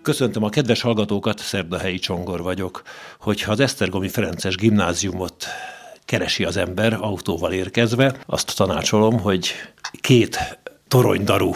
Köszöntöm a kedves hallgatókat, Szerdahelyi Csongor vagyok. Hogyha az Esztergomi Ferences Gimnáziumot keresi az ember autóval érkezve, azt tanácsolom, hogy 2 toronydaru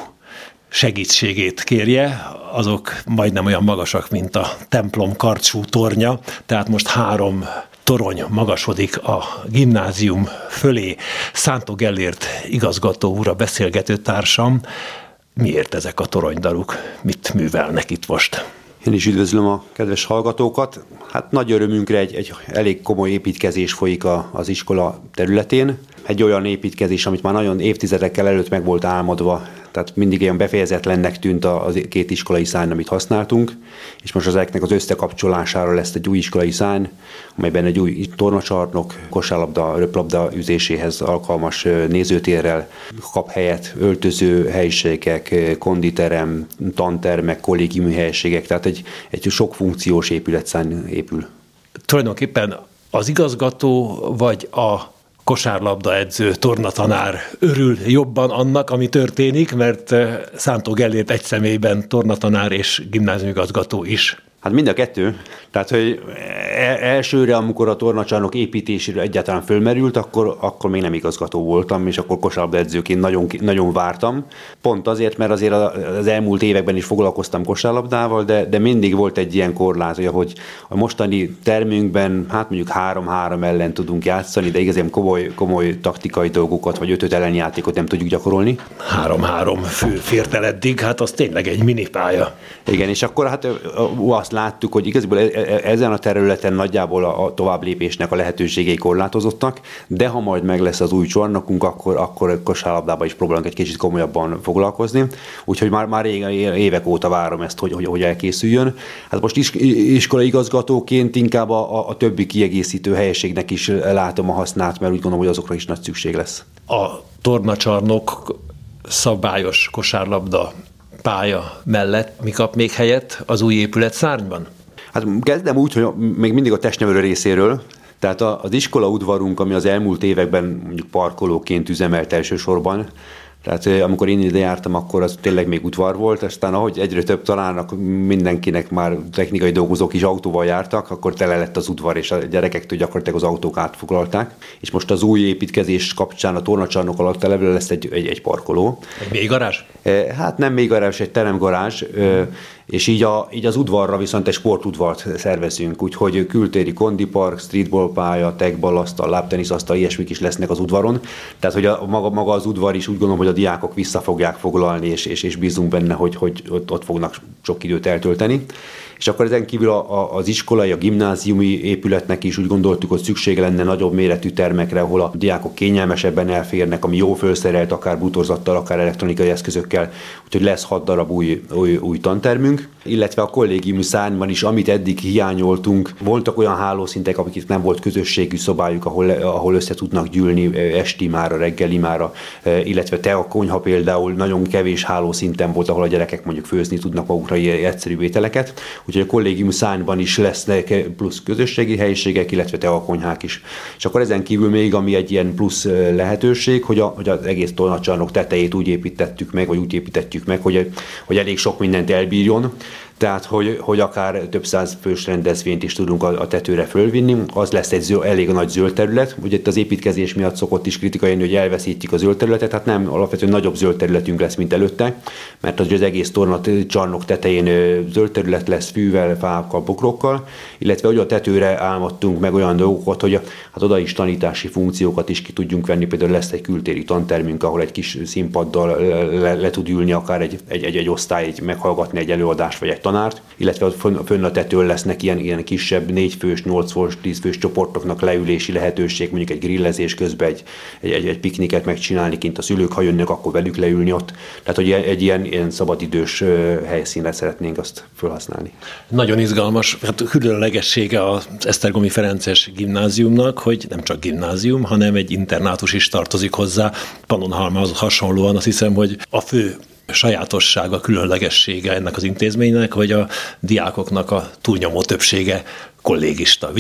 segítségét kérje, azok majdnem olyan magasak, mint a templom karcsú tornya, tehát most 3 torony magasodik a gimnázium fölé. Szántó Gellért igazgató úr a beszélgető társam. Miért ezek a toronydaruk? Mit művelnek itt most? Én is üdvözlöm a kedves hallgatókat. Hát nagy örömünkre egy elég komoly építkezés folyik az iskola területén. Egy olyan építkezés, amit már nagyon évtizedekkel előtt meg volt álmodva, tehát mindig ilyen befejezetlennek tűnt a 2 iskolai szárny, amit használtunk, és most ezeknek az összekapcsolására lesz egy új iskolai szárny, amelyben egy új tornacsarnok, kosárlabda, röplabda üzéséhez alkalmas nézőtérrel kap helyet, öltöző helyiségek, konditerem, tantermek, kollégiumi helyiségek, tehát egy sok funkciós épületszárny épül. Tulajdonképpen az igazgató vagy a kosárlabda edző, tornatanár örül jobban annak, ami történik, mert Szántó Gellért egy személyben tornatanár és gimnáziumigazgató is. Hát mind a 2. Tehát, hogy elsőre, amikor a tornacsarnok építésére egyáltalán fölmerült, akkor még nem igazgató voltam, és akkor kosárlabda edzőként nagyon vártam. Pont azért, mert azért az elmúlt években is foglalkoztam kosárlabdával, de mindig volt egy ilyen korlát, hogy a mostani termünkben, hát mondjuk 3-3 ellen tudunk játszani, de igazán komoly taktikai dolgokat, vagy 5-5 ellenjátékot nem tudjuk gyakorolni. 3-3 fő fért el eddig, hát az tényleg egy minipálya. Igen, és akkor hát azt láttuk, hogy igazából ezen a területen nagyjából a továbblépésnek a lehetőségei korlátozottak, de ha majd meg lesz az új csarnokunk, akkor kosárlabdában is próbálunk egy kicsit komolyabban foglalkozni. Úgyhogy már évek óta várom ezt, hogy elkészüljön. Hát most iskolai igazgatóként inkább a többi kiegészítő helyiségnek is látom a hasznát, mert úgy gondolom, hogy azokra is nagy szükség lesz. A tornacsarnok szabályos kosárlabda pálya mellett mi kap még helyet az új épület szárnyban? Hát kezdem úgy, hogy még mindig a testnevelő részéről, tehát az iskola udvarunk, ami az elmúlt években mondjuk parkolóként üzemelt elsősorban, tehát amikor én ide jártam, akkor az tényleg még udvar volt, aztán ahogy egyre több találnak, mindenkinek már technikai dolgozók is autóval jártak, akkor tele lett az udvar, és a gyerekektől gyakorlatilag az autók átfoglalták. És most az új építkezés kapcsán a tornacsarnok alatt eleve lesz egy parkoló. Egy mélygarázs? Hát nem mélygarázs, egy teremgarázs, és így az udvarra viszont egy sportudvart szervezünk, úgyhogy kültéri kondipark, streetballpálya, tagballasztal, lábteniszasztal, ilyesmik is lesznek az udvaron. Tehát, hogy maga az udvar is úgy gondolom, hogy a diákok vissza fogják foglalni, és bízunk benne, hogy ott fognak sok időt eltölteni. És akkor ezen kívül az iskolai, a gimnáziumi épületnek is úgy gondoltuk, hogy szüksége lenne nagyobb méretű termekre, ahol a diákok kényelmesebben elférnek, ami jó felszerelt, akár bútorzattal, akár elektronikai eszközökkel, úgyhogy lesz 6 darab új tantermünk, illetve a kollégiumi szárnyban is, amit eddig hiányoltunk, voltak olyan hálószintek, akik nem volt közösségű szobájuk, ahol össze tudnak gyűlni estimára, reggelimára, illetve te a konyha például nagyon kevés hálószinten volt, ahol a gyerekek mondjuk főzni tudnak magukra ilyen egyszerű ételeket. Úgyhogy a kollégium szárnyban is lesznek plusz közösségi helyiségek, illetve teakonyhák is. És akkor ezen kívül még, ami egy ilyen plusz lehetőség, hogy az egész tornacsarnok tetejét úgy építettük meg, vagy úgy építettük meg, hogy elég sok mindent elbírjon. Tehát, hogy akár több 100 fős rendezvényt is tudunk a tetőre fölvinni, az lesz egy elég nagy zöld terület. Ugye itt az építkezés miatt szokott is kritika jönni, hogy elveszítjük a zöld területet, hát nem, alapvetően nagyobb zöld területünk lesz, mint előtte, mert az egész tornacsarnok tetején zöld terület lesz fűvel, fákkal, bokrokkal, illetve hogy a tetőre álmodtunk meg olyan dolgokat, hogy hát oda is tanítási funkciókat is ki tudjunk venni, például lesz egy kültéri tantermünk, ahol egy kis színpaddal le tud ülni akár egy osztály, meghallgatni egy előadást vagy egy tanárt, illetve fönn a tetőn lesznek ilyen kisebb 4 fős, 8 fős, 10 fős csoportoknak leülési lehetőség, mondjuk egy grillezés közben egy pikniket megcsinálni kint a szülők, ha jönnek, akkor velük leülni ott. Tehát, hogy egy ilyen szabadidős helyszínre szeretnénk azt felhasználni. Nagyon izgalmas, hát különlegessége az Esztergomi Ferences Gimnáziumnak, hogy nem csak gimnázium, hanem egy internátus is tartozik hozzá. Pannonhalmához hasonlóan azt hiszem, hogy a fő sajátossága, különlegessége ennek az intézménynek, hogy a diákoknak a túlnyomó többsége kollégista, ugye?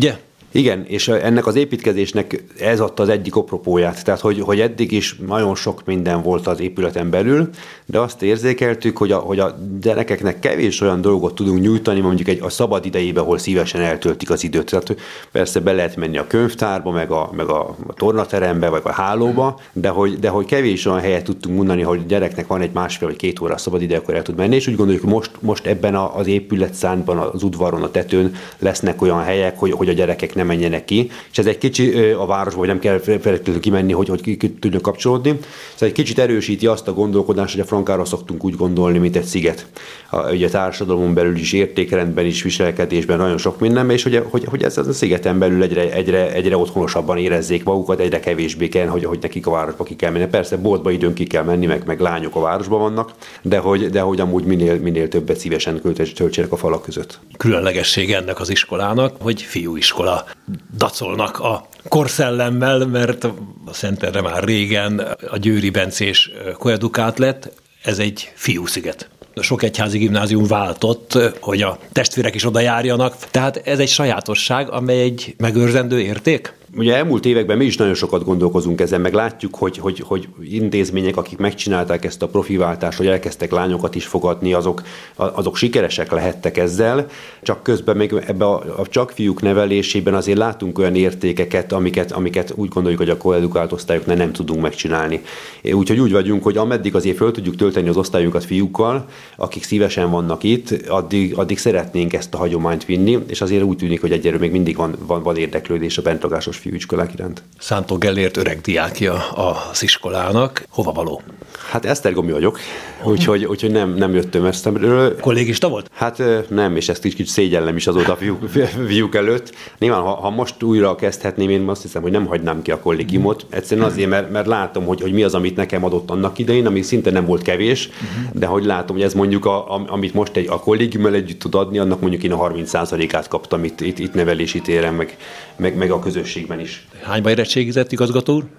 Igen, és ennek az építkezésnek ez adta az egyik apropóját. Tehát, hogy eddig is nagyon sok minden volt az épületen belül, de azt érzékeltük, hogy a gyerekeknek kevés olyan dolgot tudunk nyújtani, mondjuk a szabad idejében, ahol szívesen eltöltik az időt. Tehát persze be lehet menni a könyvtárba, meg a tornaterembe, vagy a hálóba, de hogy kevés olyan helyet tudtunk mondani, hogy gyereknek van egy másfél vagy 2 óra szabad ide, akkor el tud menni, és úgy gondoljuk, hogy most ebben az épületszárnyban, az udvaron, a tetőn lesznek olyan helyek, hogy a gyerekek ne menjenek ki, és ez egy kicsi a városban, hogy nem kell feltétlenül kimenni, hogy ki tudjon kapcsolódni. Szóval egy kicsit erősíti azt a gondolkodást, hogy a Frankára szoktunk úgy gondolni, mint egy sziget. Ugye a társadalomon belül is, értékrendben is, viselkedésben nagyon sok mindenben, és hogy ez a szigeten belül egyre otthonosabban érezzék magukat, egyre kevésbé kell, hogy nekik a városba ki kell menni. Persze boltba időn ki kell menni, meg lányok a városban vannak, de hogy amúgy minél többet szívesen töltsenek a falak között. Különlegessége ennek az iskolának, hogy fiúiskola. Dacolnak a korszellemmel, mert a Szentendre már régen a Győri Bencés koedukát lett, ez egy fiúsziget. Sok egyházi gimnázium váltott, hogy a testvérek is oda járjanak, tehát ez egy sajátosság, amely egy megőrzendő érték. Ugye elmúlt években mi is nagyon sokat gondolkozunk ezen, meg látjuk, hogy intézmények, akik megcsinálták ezt a profiváltást, hogy elkezdtek lányokat is fogadni, azok sikeresek lehettek ezzel, csak közben még ebbe a csak fiúk nevelésében azért látunk olyan értékeket, amiket úgy gondoljuk, hogy a koedukált osztályoknál nem tudunk megcsinálni. Úgyhogy úgy vagyunk, hogy ameddig azért föl tudjuk tölteni az osztályunkat fiúkkal, akik szívesen vannak itt, addig szeretnénk ezt a hagyományt vinni, és azért úgy tűnik, hogy egyelőre még mindig van érdeklődés a bentlakásos fiúiskolák iránt. Szántó Gellért öreg diákja az iskolának. Hova való? Hát esztergomi vagyok, úgyhogy nem jöttem esztemről. Kollégista volt? Hát nem, és ezt kicsit szégyellem is azóta a fiúk előtt. Nyilván, ha most újra kezdhetném, én azt hiszem, hogy nem hagynám ki a kollégiumot. Egyszerűen azért, mert látom, hogy mi az, amit nekem adott annak idején, ami szinte nem volt kevés, de hogy látom, hogy ez mondjuk, amit most a kollégiummal együtt tud adni, annak mondjuk én a 30%-át kaptam itt nevelési téren, meg a közösségben is. Hányba érettségizett, igazgató úr?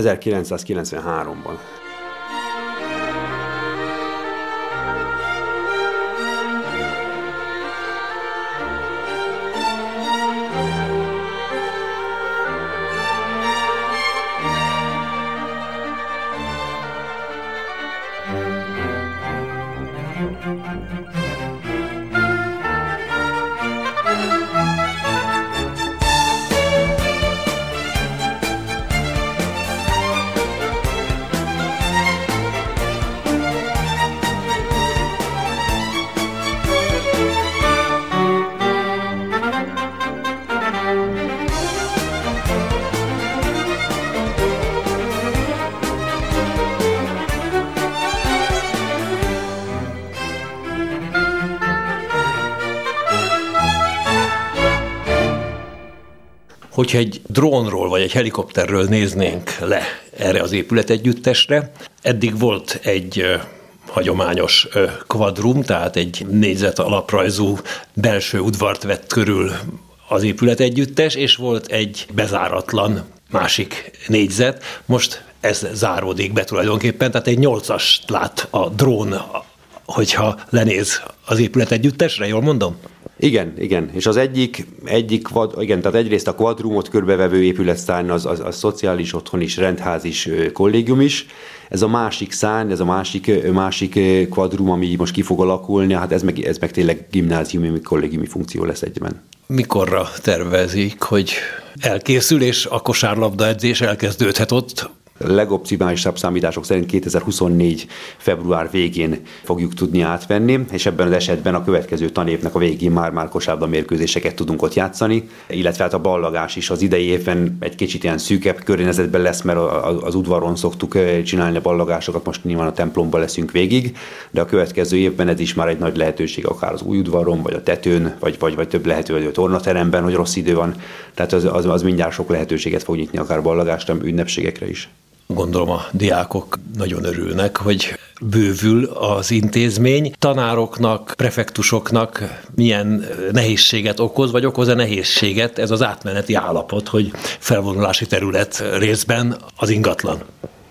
1993-ban. Hogyha egy drónról vagy egy helikopterről néznénk le erre az épületegyüttesre, eddig volt egy hagyományos kvadrum, tehát egy négyzet alaprajzú belső udvart vett körül az épületegyüttes, és volt egy bezáratlan másik négyzet. Most ez záródik be tulajdonképpen, tehát egy 8-ast lát a drón, hogyha lenéz az épületegyüttesre, jól mondom? Igen. És az egyik tehát egyrészt a kvadrumot körbevevő épületszárny az szociális otthon is, rendház is, kollégium is. Ez a másik szárny, ez a másik kvadrum, ami most ki fog alakulni, hát ez meg tényleg gimnáziumi, kollégiumi funkció lesz egyben. Mikorra tervezik, hogy elkészül, és a kosárlabda edzés elkezdődhet ott? Legoptimálisabb számítások szerint 2024. február végén fogjuk tudni átvenni, és ebben az esetben a következő tanévnek a végén már kosárlabda mérkőzéseket tudunk ott játszani, illetve hát a ballagás is az idei évben egy kicsit ilyen szűkebb környezetben lesz, mert az udvaron szoktuk csinálni a ballagásokat, most nyilván a templomban leszünk végig, de a következő évben ez is már egy nagy lehetőség, akár az új udvaron, vagy a tetőn, vagy több lehetőség a tornateremben, hogy rossz idő van, tehát az mindjárt sok lehetőséget fog nyitni, akár ballagást, ünnepségekre is. Gondolom a diákok nagyon örülnek, hogy bővül az intézmény. Tanároknak, prefektusoknak milyen nehézséget okoz, vagy okoz-e nehézséget ez az átmeneti állapot, hogy felvonulási terület részben az ingatlan?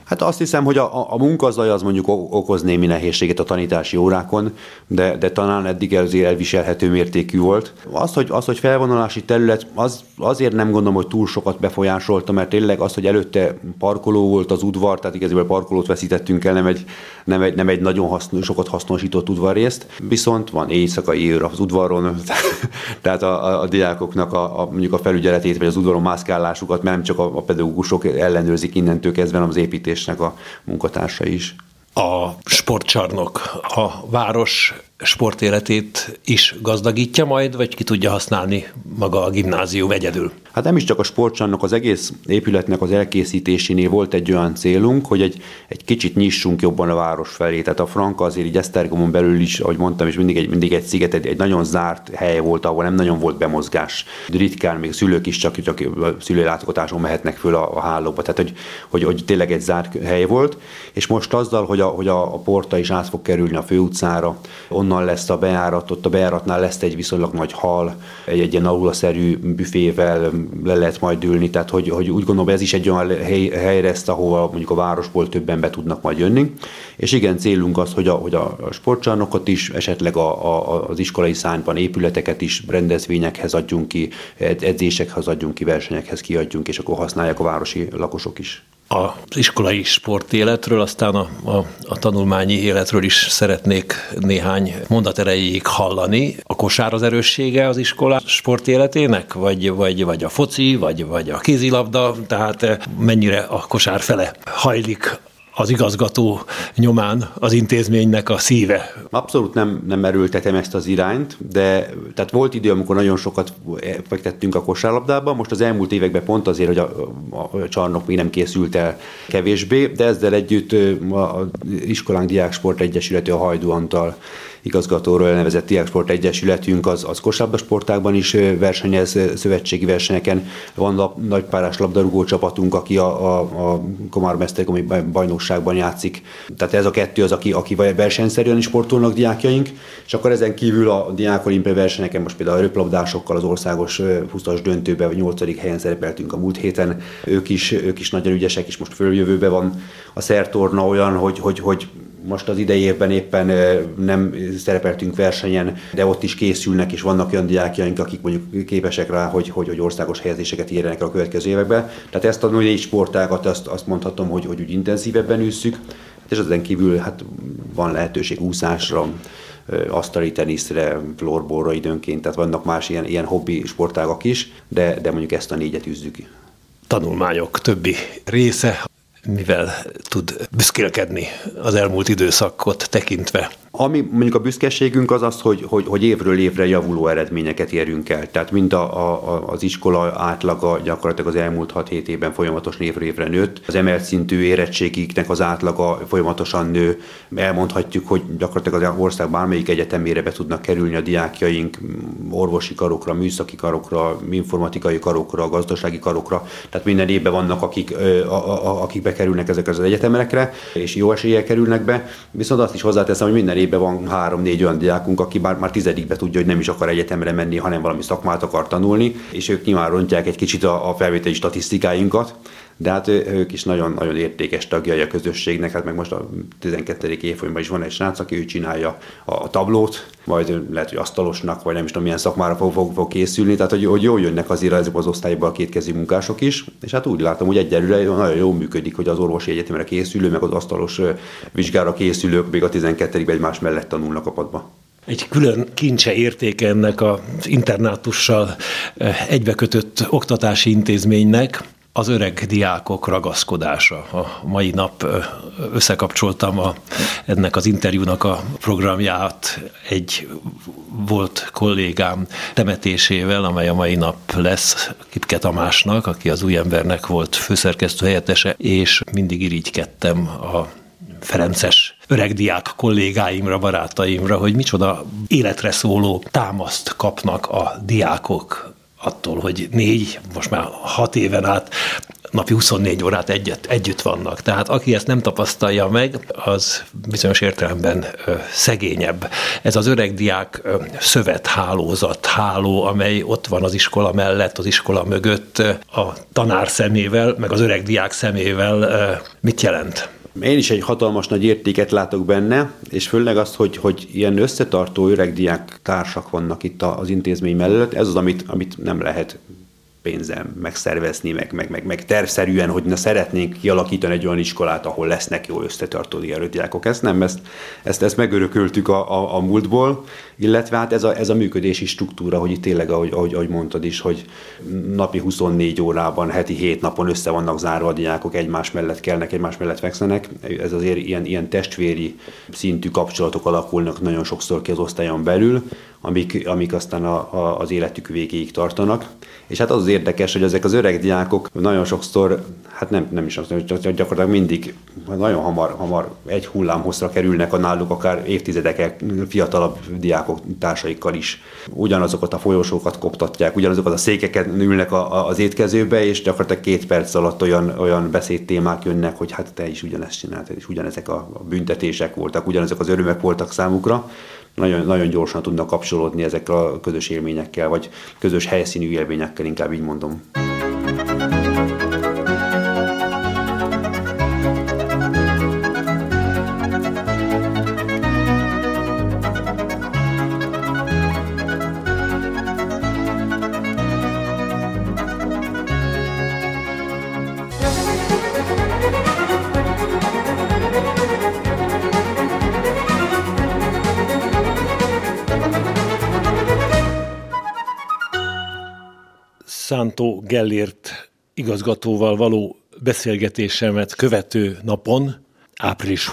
Hát azt hiszem, hogy a munkazaj az mondjuk okoz némi nehézséget a tanítási órákon, de talán eddig azért elviselhető mértékű volt. Az, hogy felvonulási terület, azért nem gondolom, hogy túl sokat befolyásolta, mert tényleg az, hogy előtte parkoló volt az udvar, tehát igazából parkolót veszítettünk el, nem egy nagyon sokat hasznosított udvarrészt, viszont van éjszakai őr az udvaron, tehát a diákoknak mondjuk a felügyeletét, vagy az udvaron mászkállásukat, mert nem csak a pedagógusok ellenőrzik innentől kezdve, hanem az építésnek a munkatársai is. A sportcsarnok a város sportéletét is gazdagítja majd, vagy ki tudja használni maga a gimnázium egyedül? Hát nem is csak a sportcsarnok, az egész épületnek az elkészítésénél volt egy olyan célunk, hogy egy kicsit nyissunk jobban a város felé. Tehát a Franka azért így Esztergomon belül is, ahogy mondtam, és mindig egy sziget, egy nagyon zárt hely volt, ahol nem nagyon volt bemozgás. Ritkán még szülők is csak szülőlátogatáson mehetnek föl a hálóba. Tehát, hogy tényleg egy zárt hely volt. És most azzal, hogy a porta is át fog kerülni a főutcára, onnan lesz a bejárat, ott a bejáratnál lesz egy viszonylag nagy hal, egy ilyen aulaszerű büfével le lehet majd ülni, tehát hogy úgy gondolom, ez is egy olyan hely lesz, ahova mondjuk a városból többen be tudnak majd jönni. És igen, célunk az, hogy a sportcsarnokot is, esetleg az iskolai szárnyban épületeket is rendezvényekhez adjunk ki, edzésekhez adjunk ki, versenyekhez kiadjunk, és akkor használják a városi lakosok is. Az iskolai sportéletről, aztán a tanulmányi életről is szeretnék néhány mondat erejéig hallani. A kosár az erőssége az iskola sportéletének, vagy a foci, vagy a kézilabda, tehát mennyire a kosár fele hajlik az igazgató nyomán az intézménynek a szíve? Abszolút nem erőltetem ezt az irányt, de tehát volt idő, amikor nagyon sokat fektettünk a kosárlabdába, most az elmúlt években pont azért, hogy a csarnok még nem készült el kevésbé, de ezzel együtt az iskolánk Diáksport Egyesülete, a Hajdú Antal igazgatóról elnevezett Diáksport Egyesületünk az kosárlabda sportágban is versenyez, szövetségi versenyeken. Van nagypárás labdarúgó csapatunk, aki a Komármesztergomi bajnokságban játszik. Tehát ez a kettő az, aki versenyszerűen is sportolnak diákjaink, és akkor ezen kívül a diákolimpia versenyeken most például a röplabdásokkkal az országos 20-as döntőben, vagy 8. helyen szerepeltünk a múlt héten. Ők is nagyon ügyesek, és most följövőben van a szertorna olyan, hogy most az idei évben éppen nem szerepeltünk versenyen, de ott is készülnek, és vannak olyan diákjaink, akik mondjuk képesek rá, hogy országos helyezéseket érjenek el a következő években. Tehát ezt a 4 sportágat azt mondhatom, hogy úgy intenzívebben űzzük, és ezen kívül hát van lehetőség úszásra, asztali teniszre, floorballra időnként, tehát vannak más ilyen hobbi sportágak is, de mondjuk ezt a 4-et űzzük. Tanulmányok többi része, mivel tud büszkélkedni az elmúlt időszakot tekintve? Ami mondjuk a büszkeségünk az, hogy évről évre javuló eredményeket érünk el. Tehát mind az iskola átlaga gyakorlatilag az elmúlt 6-7 évben folyamatosan évről évre nőtt. Az emelt szintű érettségiknek az átlaga folyamatosan nő. Elmondhatjuk, hogy gyakorlatilag az ország bármelyik egyetemére be tudnak kerülni a diákjaink orvosi karokra, műszaki karokra, informatikai karokra, gazdasági karokra. Tehát minden évben vannak, akik bekerülnek ezekre az egyetemekre, és jó eséllyel kerülnek be. Viszont azt is hozzáteszem, hogy minden évben van 3-4 olyan diákunk, aki már 10. tudja, hogy nem is akar egyetemre menni, hanem valami szakmát akar tanulni, és ők nyilván rontják egy kicsit a felvételi statisztikáinkat, de hát ők is nagyon-nagyon értékes tagjai a közösségnek, hát meg most a 12. évfolyamban is van egy srác, aki ő csinálja a tablót, majd lehet, hogy asztalosnak, vagy nem is tudom, milyen szakmára fog készülni, tehát hogy jól jönnek azért ezek az osztályban a kétkezű munkások is, és hát úgy látom, hogy egyelőre nagyon jól működik, hogy az orvosi egyetemre készülő, meg az asztalos vizsgára készülők még a 12. egymás mellett tanulnak a padba. Egy külön kincse értéke ennek az internátussal egybekötött oktatási intézménynek az öreg diákok ragaszkodása. A mai nap összekapcsoltam ennek az interjúnak a programját egy volt kollégám temetésével, amely a mai nap lesz Kipke Tamásnak, aki az Új Embernek volt főszerkesztő helyettese, és mindig irigykedtem a ferences öregdiák kollégáimra, barátaimra, hogy micsoda életre szóló támaszt kapnak a diákok attól, hogy 4, most már 6 éven át napi 24 órát együtt vannak. Tehát aki ezt nem tapasztalja meg, az bizonyos értelemben szegényebb. Ez az öregdiák háló, amely ott van az iskola mellett, az iskola mögött, a tanár szemével, meg az öregdiák szemével mit jelent? Én is egy hatalmas nagy értéket látok benne, és főleg azt, hogy ilyen összetartó öregdiák társak vannak itt az intézmény mellett. Ez az, amit nem lehet pénzzel megszervezni, meg tervszerűen, hogy szeretnénk kialakítani egy olyan iskolát, ahol lesznek jó összetartó öregdiákok. Ezt megörököltük a múltból, illetve hát ez a működési struktúra, hogy itt tényleg, ahogy mondtad is, hogy napi 24 órában, heti 7 napon össze vannak zárva a diákok, egymás mellett kelnek, egymás mellett fekszenek. Ez azért ilyen testvéri szintű kapcsolatok alakulnak nagyon sokszor ki az osztályon belül, amik aztán az életük végéig tartanak. És hát az érdekes, hogy ezek az öreg diákok nagyon sokszor, hát nem is azt mondom, hogy gyakorlatilag mindig nagyon hamar egy hullámhosszra kerülnek a náluk akár évtizedekkel fiatalabb diákok társaikkal is. Ugyanazokat a folyosókat koptatják, ugyanazokat a székeken ülnek az étkezőbe, és gyakorlatilag 2 perc alatt olyan beszédtémák jönnek, hogy hát te is ugyanezt csináltad, és ugyanezek a büntetések voltak, ugyanezek az örömek voltak számukra. Nagyon, nagyon gyorsan tudnak kapcsolódni ezekkel a közös élményekkel, vagy közös helyszínű élményekkel, inkább így mondom. Szántó Gellért igazgatóval való beszélgetésemet követő napon, április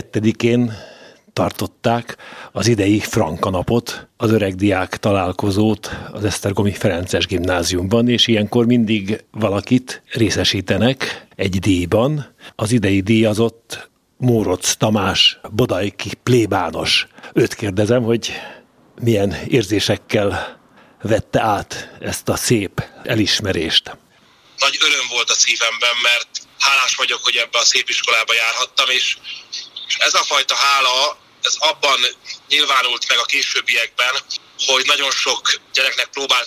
22-én tartották az idei Franka napot, az öregdiák találkozót az Esztergomi Ferences Gimnáziumban, és ilyenkor mindig valakit részesítenek egy díjban. Az idei díjazott Mórocz Tamás, bodajki plébános. Őt kérdezem, hogy milyen érzésekkel vette át ezt a szép elismerést. Nagy öröm volt a szívemben, mert hálás vagyok, hogy ebbe a szép iskolába járhattam, és ez a fajta hála, ez abban nyilvánult meg a későbbiekben, hogy nagyon sok gyereknek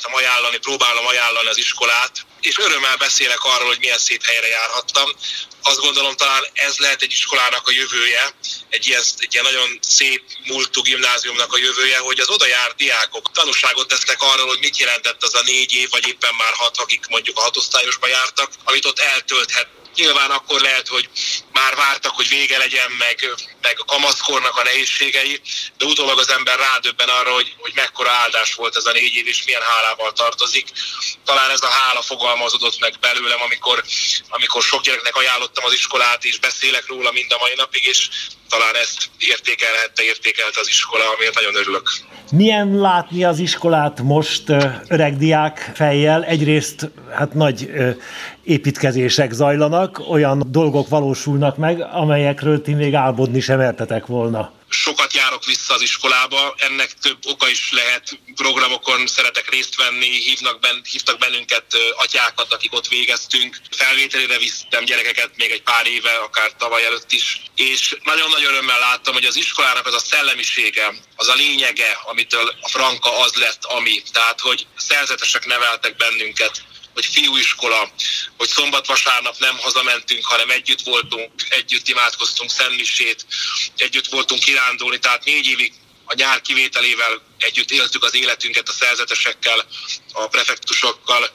próbálom ajánlani az iskolát, és örömmel beszélek arról, hogy milyen szép helyre járhattam. Azt gondolom, talán ez lehet egy iskolának a jövője, egy ilyen nagyon szép múltú gimnáziumnak a jövője, hogy az oda jár diákok tanúságot tesznek arról, hogy mit jelentett az a 4 év, vagy éppen már 6, akik mondjuk a 6 osztályosba jártak, amit ott eltölthet. Nyilván akkor lehet, hogy már vártak, hogy vége legyen, meg a kamaszkornak a nehézségei, de utólag az ember rádöbben arra, hogy mekkora áldás volt ez a 4 év, és milyen hálával tartozik. Talán ez a hála fogalmazódott meg belőlem, amikor sok gyereknek ajánlottam az iskolát, és beszélek róla mind a mai napig, és talán ezt értékelte az iskola, amiért nagyon örülök. Milyen látni az iskolát most öregdiák fejjel? Egyrészt hát nagy építkezések zajlanak, olyan dolgok valósulnak meg, amelyekről ti még álmodni sem mertetek volna. Sokat járok vissza az iskolába, ennek több oka is lehet, programokon szeretek részt venni, hívtak bennünket atyákat, akik ott végeztünk, felvételére visztem gyerekeket még egy pár éve, akár tavaly előtt is, és nagyon-nagyon örömmel láttam, hogy az iskolának az a szellemisége, az a lényege, amitől a Franka az lett, ami, tehát hogy szerzetesek neveltek bennünket, hogy fiúiskola, hogy szombat-vasárnap nem hazamentünk, hanem együtt voltunk, együtt imádkoztunk szentmisét, együtt voltunk kirándulni, tehát 4 évig a nyár kivételével együtt éltük az életünket a szerzetesekkel, a prefektusokkal,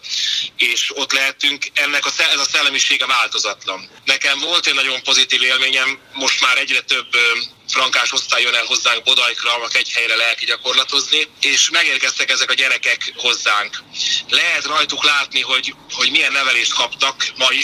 és ott lehetünk. Ez a szellemisége változatlan. Nekem volt egy nagyon pozitív élményem, most már egyre több frankás osztály jön el hozzánk Bodajkra, a Kegyhelyre lelki gyakorlatozni, és megérkeztek ezek a gyerekek hozzánk. Lehet rajtuk látni, hogy milyen nevelést kaptak ma is,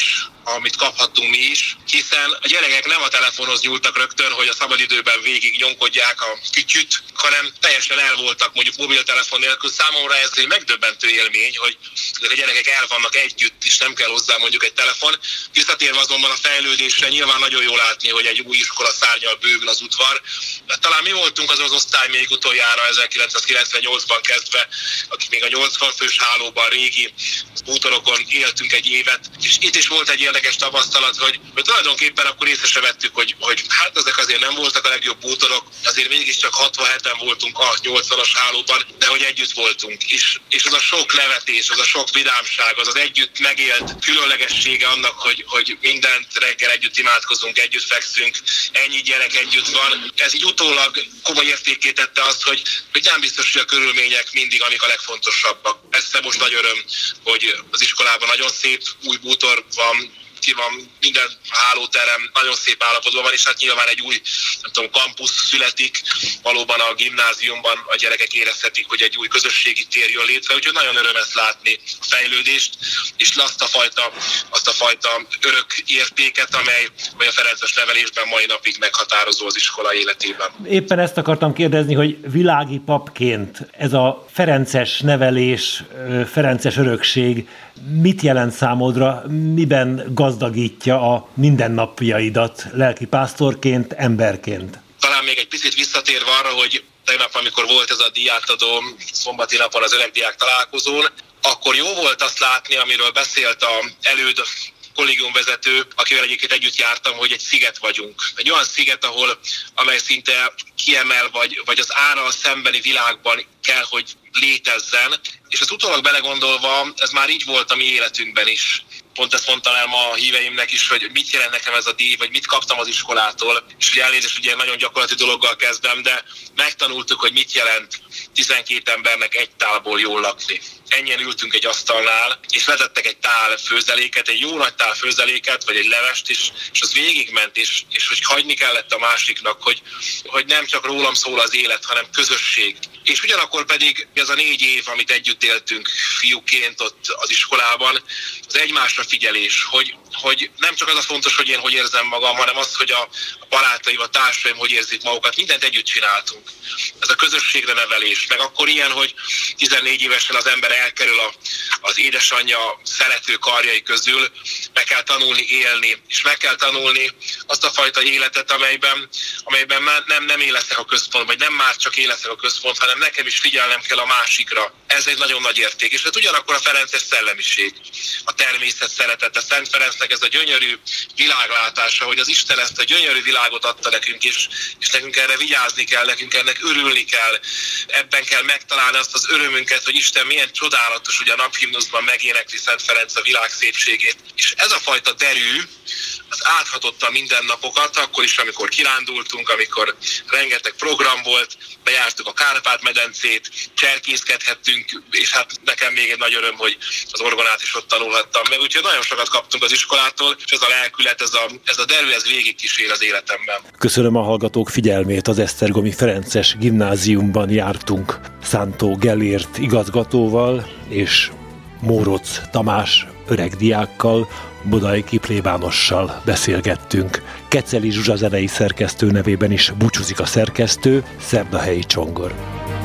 amit kaphattunk mi is, hiszen a gyerekek nem a telefonhoz nyúltak rögtön, hogy a szabadidőben végig nyomkodják a kütyüt, hanem teljesen el voltak mondjuk mobiltelefon nélkül. Számomra ez egy megdöbbentő élmény, hogy a gyerekek el vannak együtt, és nem kell hozzá mondjuk egy telefon. Visszatérve azonban a fejlődésre, nyilván nagyon jól látni, hogy egy új iskola szárnyal bővül az udvar. Talán mi voltunk az osztály még utoljára 1998-ban kezdve, akik még a 80 fős hálóban régi bútorokon éltünk egy évet, és itt is volt egy érdekes tapasztalat, hogy tulajdonképpen akkor észre se vettük, hogy hát ezek azért nem voltak a legjobb bútorok, azért mégiscsak 67-en voltunk a 80-as hálóban, de hogy együtt voltunk. És az a sok nevetés, az a sok vidámság, az együtt megélt különlegessége annak, hogy mindent reggel együtt imádkozunk, együtt fekszünk, ennyi gyerek együtt van. Ez így utólag komoly értékké tette azt, hogy nem biztos, hogy a körülmények mindig amik a legfontosabbak. Persze most nagy öröm, hogy az iskolában nagyon szép új bútor van, ki van minden hálóterem, nagyon szép állapotban van, és hát nyilván egy új, nem tudom, kampusz születik, valóban a gimnáziumban a gyerekek érezhetik, hogy egy új közösségi tér jön létre, úgyhogy nagyon öröm ezt látni, a fejlődést, és azt a fajta örök értéket, amely a ferences nevelésben mai napig meghatározó az iskola életében. Éppen ezt akartam kérdezni, hogy világi papként ez a ferences nevelés, ferences örökség mit jelent számodra, miben gazdagítja a mindennapjaidat lelkipásztorként, emberként? Talán még egy picit visszatérve arra, hogy tegnap, amikor volt ez a díjátadó szombati napon az öregdiák találkozón, akkor jó volt azt látni, amiről beszélt az előd kollégiumvezető, akivel egyébként együtt jártam, hogy egy sziget vagyunk. Egy olyan sziget, amely szinte kiemel, vagy az árral szembeni világban kell, hogy létezzen. És ezt utólag belegondolva, ez már így volt a mi életünkben is. Pont ezt mondtam el ma a híveimnek is, hogy mit jelent nekem ez a díj, vagy mit kaptam az iskolától. És ugye elnézést, ugye nagyon gyakorlati dologgal kezdem, de megtanultuk, hogy mit jelent 12 embernek egy tálból jól lakni. Ennyien ültünk egy asztalnál, és vezettek egy tál főzeléket, egy jó nagy tál főzeléket, vagy egy levest, és az végigment, és hogy hagyni kellett a másiknak, hogy nem csak rólam szól az élet, hanem közösség. És ugyanakkor pedig ez a 4 év, amit együtt éltünk fiúként ott az iskolában, az egymásra figyelés, hogy nem csak az a fontos, hogy én hogy érzem magam, hanem az, hogy a barátaim, a társaim hogy érzik magukat, mindent együtt csináltunk. Ez a közösségre nevelés, meg akkor ilyen, hogy 14 évesen az ember elkerül az édesanyja szerető karjai közül, meg kell tanulni élni, és meg kell tanulni azt a fajta életet, amelyben nem én leszek a központ, vagy nem már csak én leszek a központ, hanem nekem is figyelnem kell a másikra. Ez egy nagyon nagy érték, és hát ugyanakkor a ferences szellemiség, a természet szeretete, Szent Ferencnek ez a gyönyörű világlátása, hogy az Isten ezt a gyönyörű világot adta nekünk, és nekünk erre vigyázni kell, nekünk ennek örülni kell, ebben kell megtalálni azt az örömünket, hogy Isten milyen csodálatos, hogy a naphimnuszban megénekli Szent Ferenc a világ szépségét. És ez a fajta derű, az áthatotta a mindennapokat, akkor is, amikor kirándultunk, amikor rengeteg program volt, bejártuk a Kárpát-medencét, cserkészkedhettünk, és hát nekem még egy nagy öröm, hogy az orgonát is ott tanulhattam meg, úgyhogy nagyon sokat kaptunk az iskolától, és ez a lelkület, ez a derű, ez végigkísér az életemben. Köszönöm a hallgatók figyelmét, az Esztergomi Ferences Gimnáziumban jártunk Szántó Gellért igazgatóval, és Mórocz Tamás öregdiákkal, Bodajki plébánossal beszélgettünk. Keceli Zsuzsa zenei szerkesztő nevében is búcsúzik a szerkesztő, Szerdahelyi Csongor.